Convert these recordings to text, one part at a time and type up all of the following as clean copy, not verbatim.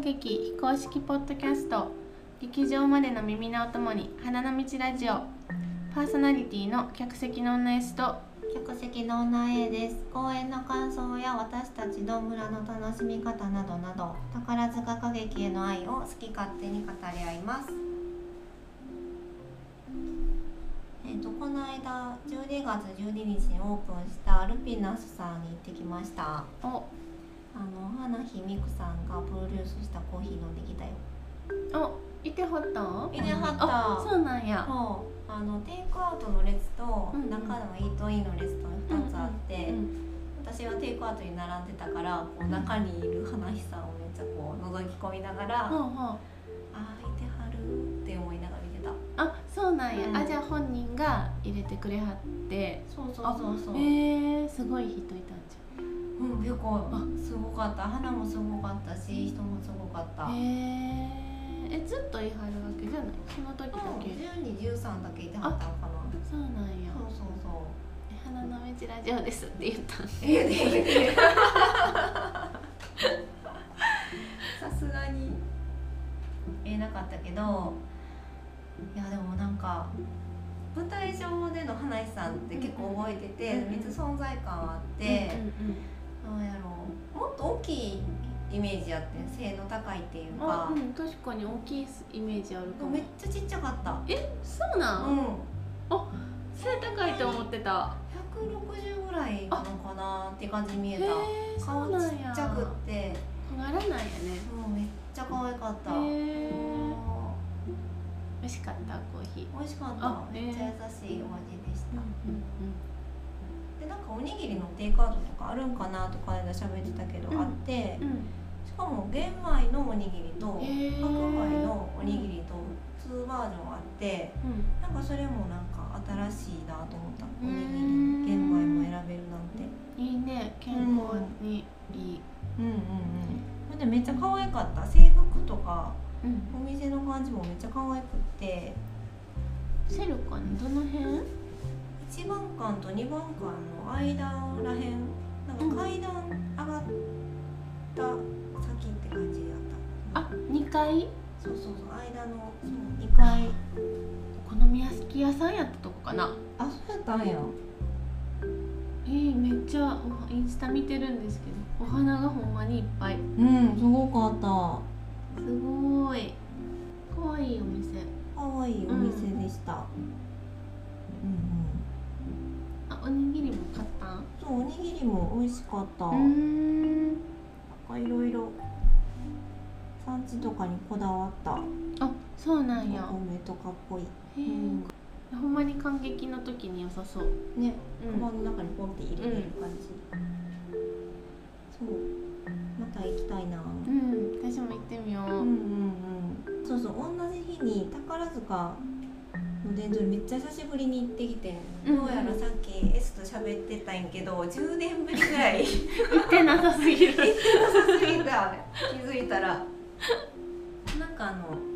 劇非公式ポッドキャスト劇場までの耳のお供に花の道ラジオパーソナリティの客席の女 S と客席の女 A です。公演の感想や私たちどんぶらの楽しみ方などなど宝塚歌劇への愛を好き勝手に語り合います。この間12月12日にオープンしたルピナスさんに行ってきました。花日美久さんがプロデュースしたコーヒー飲んできたよ。 いてはったん？ いてはった。 そうなんや。 テイクアウトの列と中のイートインの列と2つあって、私はテイクアウトに並んでたからこう中にいる花日さんをめっちゃこう覗き込みながら、いてはるって思いながら見てた。 そうなんや。じゃあ本人が入れてくれはって。 そうすごい人いたんじゃん。 結構すごかった。花もすごかったし人もすごかった。 ずっといはるわけじゃない？その時だけ 12、13だけいてはったのかな。 そうなんや。 そう花の道ラジオですって言ったん？ さすがに言えなかったけど、いやでもなんか舞台上での花井さんって結構覚えてて、めっちゃ存在感あって、なんやろう、もっと大きいイメージやってん、背の高いっていうか。 確かに大きいイメージあるかも。 めっちゃちっちゃかった。 そうなん？背高いと思ってた。 160ぐらいなのかなって感じに見えた。顔ちっちゃくって小柄なんやね。 めっちゃ可愛かった。 美味しかったコーヒー。 美味しかった。めっちゃ優しいお味でした。でなんかおにぎりのテイクアウトとかあるんかなとか喋ってたけど、あって、しかも玄米のおにぎりと白米のおにぎりと2バージョンあって、なんかそれもなんか新しいなと思った。おにぎり玄米も選べるなんていいね。健康にいい。 でめっちゃ可愛かった。制服とか、お店の感じもめっちゃ可愛くって。 セルかな、どの辺 ？1番館と2番館の間らへん、なんか階段上がった先って感じだった。 2階？ そう間の2階。 お好み焼き屋さんやったとこかな。 そうやったんや。 めっちゃインスタ見てるんですけど、お花がほんまにいっぱい。 すごかった。 すごいかわいいお店。 かわいいお店でした。 おにぎりも買ったん？ そう、おにぎりも美味しかった。いろいろ産地とかにこだわった。 そうなんや。 お米とかっぽい。 ほんまに感激の時に良さそうね。カバンの中にポンって入れる感じ。そう、また行きたいな。 私も行ってみよう。 そう、同じ日に宝塚の殿場にめっちゃ久しぶりに行ってきて、どうやらさっき S と喋ってたんやけど、10年ぶりぐらい行ってなさすぎる。 行ってなさすぎた。気づいたらなんか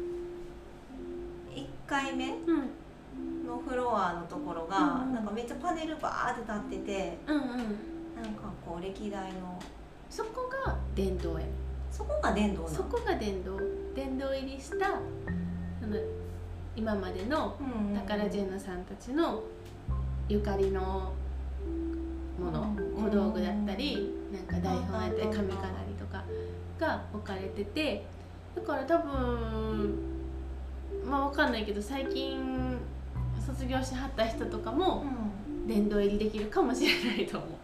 1回目のフロアのところがなんかめっちゃパネルバーって立ってて、なんかこう歴代のそこが殿堂や。 そこが殿堂なの？ そこが殿堂入りした今までのタカラジェンヌさんたちのゆかりのもの、小道具だったりなんか台本やったり髪飾りとかが置かれてて、だから多分わかんないけど最近卒業しはった人とかも殿堂入りできるかもしれないと思う。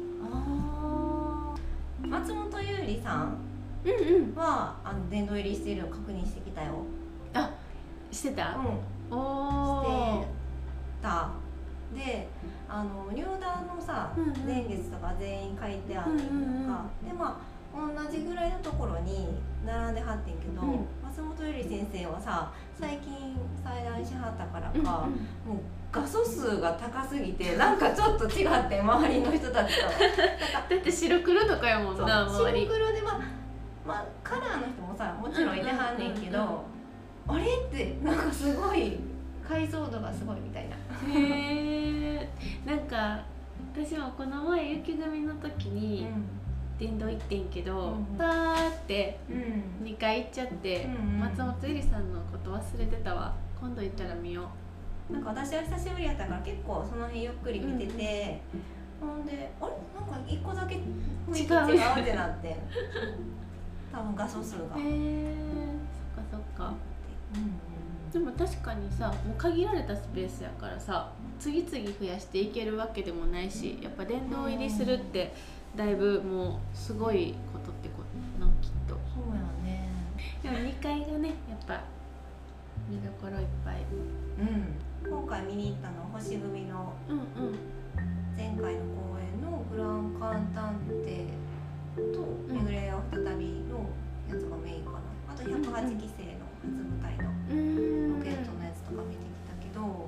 松本優里さんは殿堂入りしているのを確認してきたよ。 してた？ してた。で、入団のさ、前月とか全員書いてあるのか。で同じぐらいのところに並んではってんけど、松本優里先生はさ、最近裁断しはったからか、もう画素数が高すぎてなんかちょっと違って周りの人たちと。 だって白黒とかやもんな、周り。 白黒でカラーの人もさ、もちろんいてはんねんけど、あれってなんかすごい解像度がすごいみたいな。なんか私もこの前雪組の時に、 電動行ってんけど、パーって2回行っちゃって、松本絵里さんのこと忘れてたわ。今度行ったら見よう。なんか私は久しぶりやったから結構その辺ゆっくり見てて、ほんであれなんか1個だけ雰囲気違うってなって多分画素数がそっかそっか。でも確かにさ、もう限られたスペースやからさ、次々増やしていけるわけでもないし、やっぱ殿堂入りするってだいぶもうすごいことってことな、きっと。 そうやね。 でも2階がねやっぱ見どころいっぱい。 今回見に行ったの星組の前回の公演のグランカンタンテとめぐれを再びのやつがメインかな。あと108期生の初舞台のロケットのやつとか見てきたけど、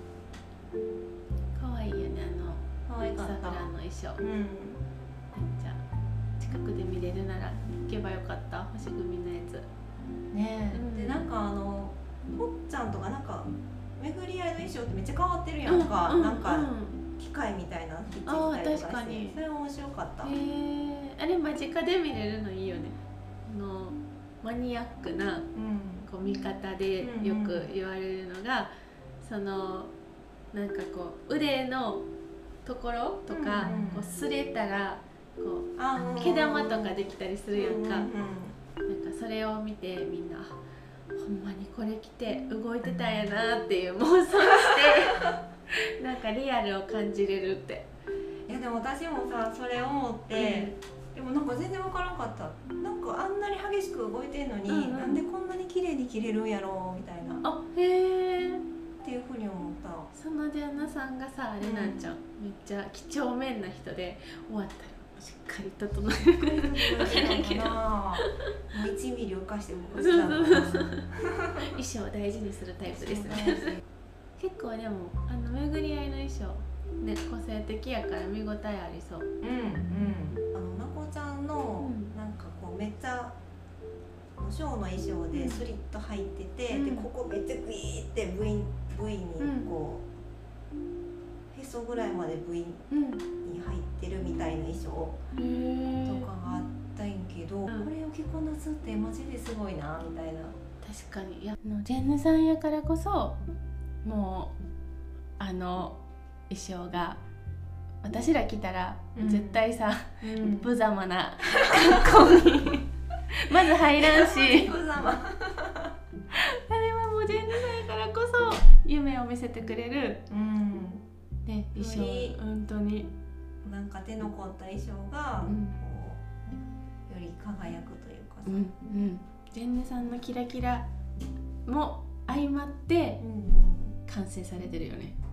可愛いよね、 可愛かった。 桜の衣装。めっちゃ近くで見れるなら行けばよかった、星組のやつ。 ねえ、でなんかほっちゃんとかなんか巡り合いの衣装ってめっちゃ変わってるやんか。なんか機械みたいなの引っ付いたりとかして、それ面白かった。 あれ間近で見れるのいいよね。マニアックなこう見方でよく言われるのが、そのなんかこう腕のところとかこう擦れたらこう毛玉とかできたりするやんか。なんかそれを見てみんなほんまにこれ着て動いてたんやなっていう妄想してなんかリアルを感じれるって。 いやでも私もさそれ思って、でもなんか全然分からんかった。なんかあんなに激しく動いてんのに、なんでこんなに綺麗に着れるんやろみたいな。 へえっていうふうに思った。 その旦那さんがさあれなんちゃう、めっちゃ几帳面な人で終わったらしっかり整えるのかな。1ミリ浮かしても衣装を大事にするタイプですね。結構でも巡り合いの衣装ね、個性的やから見応えありそう。 なこちゃんのなんかこうめっちゃショーの衣装でスリット入ってて、でここめっちゃグイーって V にこうへそぐらいまで V に入ってるみたいな衣装とかがあったんやけど、これを着こなすってマジですごいなみたいな。 確かに。いやジェンヌさんやからこそもう衣装が私ら着たら絶対さ、無様な格好にまず入らんしあれはもうジェンヌさんやからこそ夢を見せてくれる、ね、衣装。本当になんか手の凝った衣装がこうより輝くというかさ、 ジェンヌさんのキラキラも相まって完成されてるよね。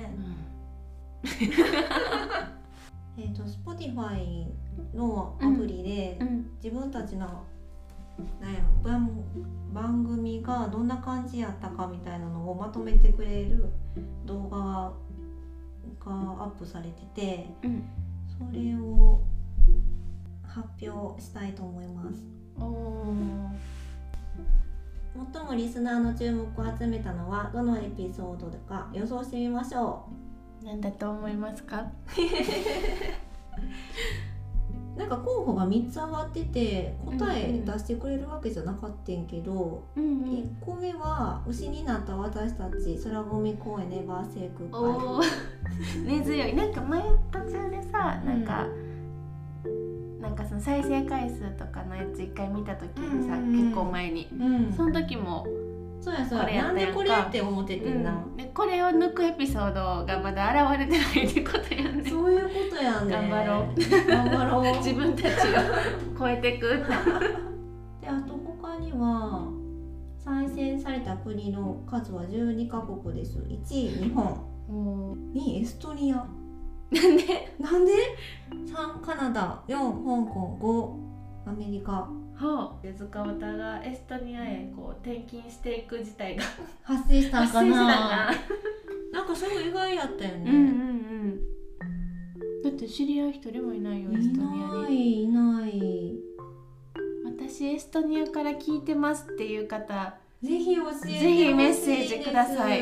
Spotify のアプリで自分たちの番組がどんな感じやったかみたいなのをまとめてくれる動画がアップされてて、それを発表したいと思います。最もリスナーの注目を集めたのはどのエピソードか予想してみましょう。 何だと思いますか？ なんか候補が3つ上がってて答え出してくれるわけじゃなかったんけど、1個目は牛になった私たち空ゴミ公園ネバーセーク会。根強い。なんか前途中でさ、なんかその再生回数とかのやつ1回見た時にさ、結構前に、その時もそうやなんでこれって思っててんな、 これを抜くエピソードがまだ現れてないってことやね。 そういうことやね。 頑張ろう自分たちを超えていくで、 あと他には再生された国の数は12カ国です。1位日本、2位エストニア、なんで ?3 カナダ、4香港、5アメリカ。 塚尾田がエストニアへこう転勤していく事態が発生したんかな。なんかそれ意外やったよね。 だって知り合い一人もいないよ、エストニアに。 いない。 私エストニアから聞いてますっていう方、 ぜひ教えてほしいです。 ぜひメッセージください。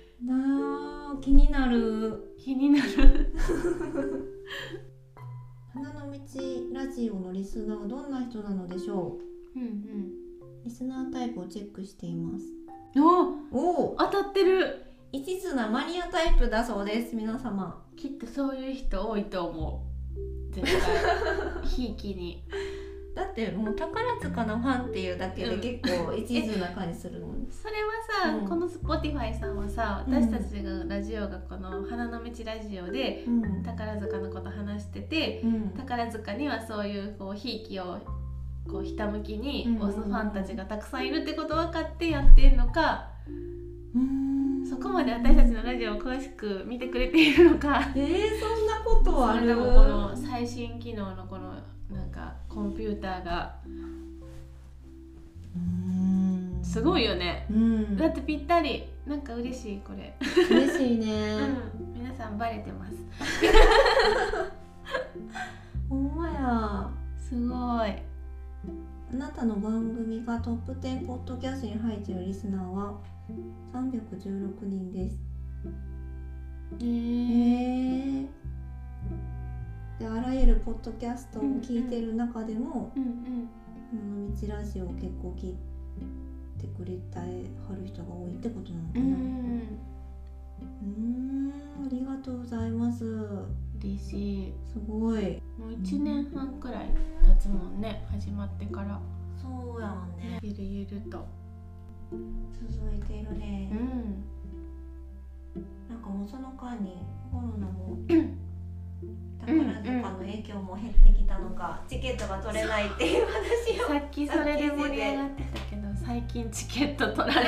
気になる。 花の道ラジオのリスナーはどんな人なのでしょう。リスナータイプをチェックしています。 お当たってる。 一途なマニアタイプだそうです。皆様きっとそういう人多いと思う。絶対ひいきに。 だってもう宝塚のファンっていうだけで結構一途な感じするもん、 それはさ、この Spotify さんはさ、私たちがラジオがこの花の道ラジオで宝塚のこと話してて、宝塚にはそういうこうひいきをこうひたむきに推すファンたちがたくさんいるってこと分かってやってんのか、そこまで私たちのラジオを詳しく見てくれているのか、 そんなことはある。 それともこの最新機能のこのなんかコンピューターがすごいよね、だってぴったり。なんか嬉しい。これ嬉しいね、 皆さんバレてます。 ほんまや。 すごい。 あなたの番組がトップ10ポッドキャストに入っているリスナーは316人です。であらゆるポッドキャストを聞いてる中でも、花の道ラジオを結構聞いてくれてはる人が多いってことなのかな。ありがとうございます。 嬉しい。 すごい。 もう1年半くらい経つもんね、始まってから。 そうやんね。 ゆるゆると続いているね。なんかもうその間にコロナも宝塚の影響も減ってきたのか、チケットが取れないっていう話をさっきそれで盛り上がってたけど、最近チケット取られて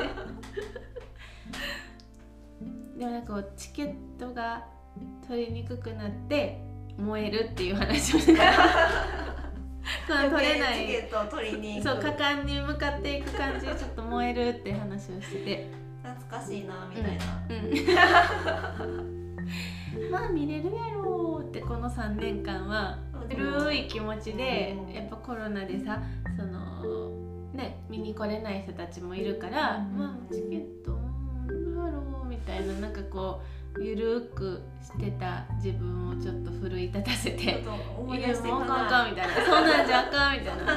でもなんかチケットが取りにくくなって燃えるっていう話をしてた取れないチケットを取りに行く、 そう果敢に向かっていく感じでちょっと燃えるって話をしてて、 懐かしいなみたいな、 まあ見れるやろってこの3年間は古い気持ちで、やっぱコロナでさそのね見に来れない人たちもいるから、まあチケットどうやろうみたいな、なんかこうゆるくしてた自分をちょっと奮い立たせて、 思い出してもうあかんみたいな、そうなんじゃあかんみたいな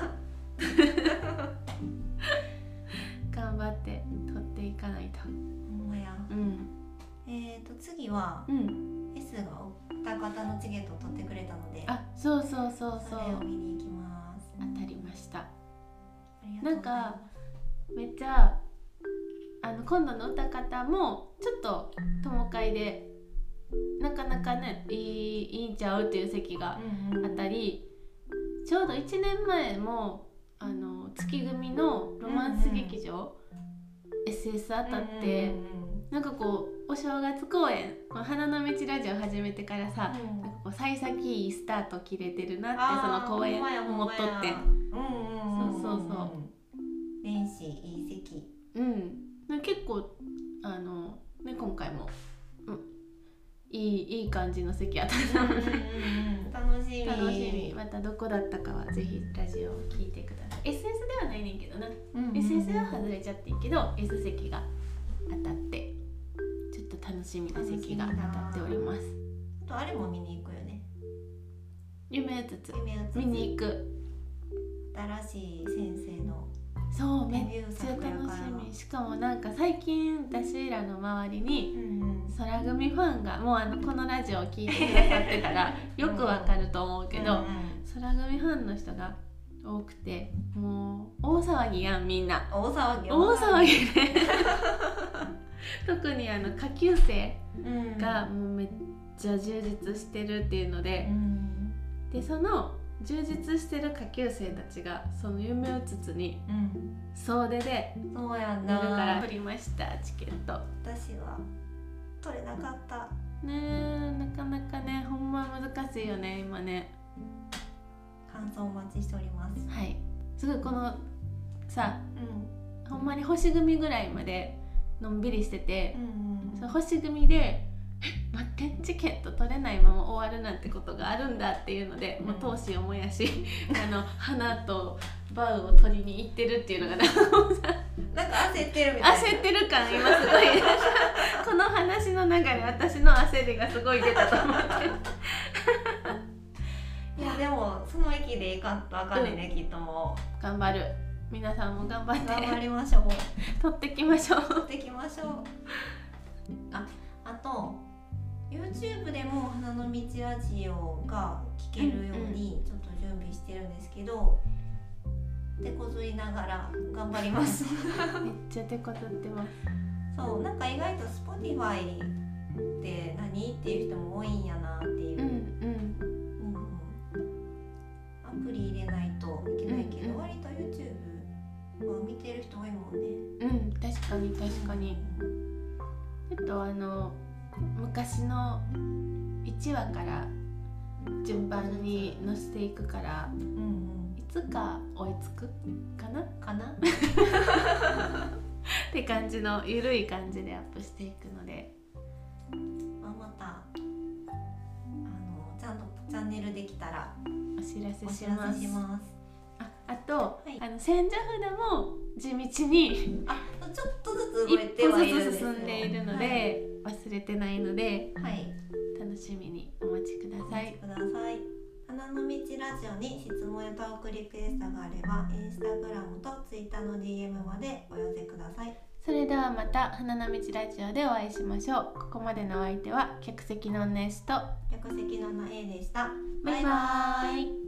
頑張って取っていかないと。 ほんまや。次は、S がお二方のチケットを取ってくれたので、 そうそれを見に行きます。 当たりました。なんかめっちゃ今度の歌方もちょっと友会でなかなかねいいんちゃうっていう席があったり、ちょうど1年前も月組のロマンス劇場、SS 当たって、なんかこうお正月公演、この花の道ラジオ始めてからさ、なんかこう幸先いいスタート切れてるなってその公演思っとって、そう年始いい席、 結構ね今回も、いい感じの席当たったので楽しみ。 またどこだったかはぜひラジオを聞いてください。 SS ではないねんけどな、SS は外れちゃってんけど S 席が当たってちょっと楽しみな席が当たっております。 あれも見に行くよね。 夢うつつ見に行く。 新しい先生のそうめっちゃ楽しみ。しかもなんか最近私らの周りに空組ファンがもうこのラジオを聞いてくださってたらよくわかると思うけど、空組ファンの人が多くて、もう大騒ぎやんみんな。 大騒ぎね特に下級生がもうめっちゃ充実してるっていうので、でその充実してる下級生たちがその夢うつつに総出でそうやんなるから取りましたチケット。 私は取れなかったね。なかなかね、ほんま難しいよね今ね。 感想お待ちしております。 はい、すごいこのさ、ほんまに星組ぐらいまでのんびりしてて、その星組で待ってチケット取れないまま終わるなんてことがあるんだっていうので、もう闘志を燃やし花とバウを取りに行ってるっていうのがなんか焦ってるみたいな。 焦ってる感今すごいこの話の中で私の焦りがすごい出たと思っていやでもその域でいかんとあかんねんね、きっともう頑張る。皆さんも頑張って頑張りましょう。 撮ってきましょう。 撮ってきましょう。あと YouTube でも花の道ラジオが聞けるようにちょっと準備してるんですけど、手こずりながら頑張ります。 めっちゃ手こずってます。 そう、なんか意外と Spotify って何っていう人も多いんやなっていう、アプリ入れないといけないけど、割と YouTube は見てる人多いもんね。 確かに確かに。昔の1話から順番に載せていくから、いつか追いつくかなって感じのゆるい感じでアップしていくので、 またちゃんとチャンネルできたらお知らせします。あと、 はい、 千社札も地道にちょっとずつ動いてはいるんですよ。 一歩ずつ進んでいるので、忘れてないので、 はい、 楽しみにお待ちください。 花の道ラジオに質問やトークリクエストがあればインスタグラムとツイッターの DM までお寄せください。 それではまた花の道ラジオでお会いしましょう。ここまでのお相手は客席の女 S と客席の女 A でした。 バイバーイ。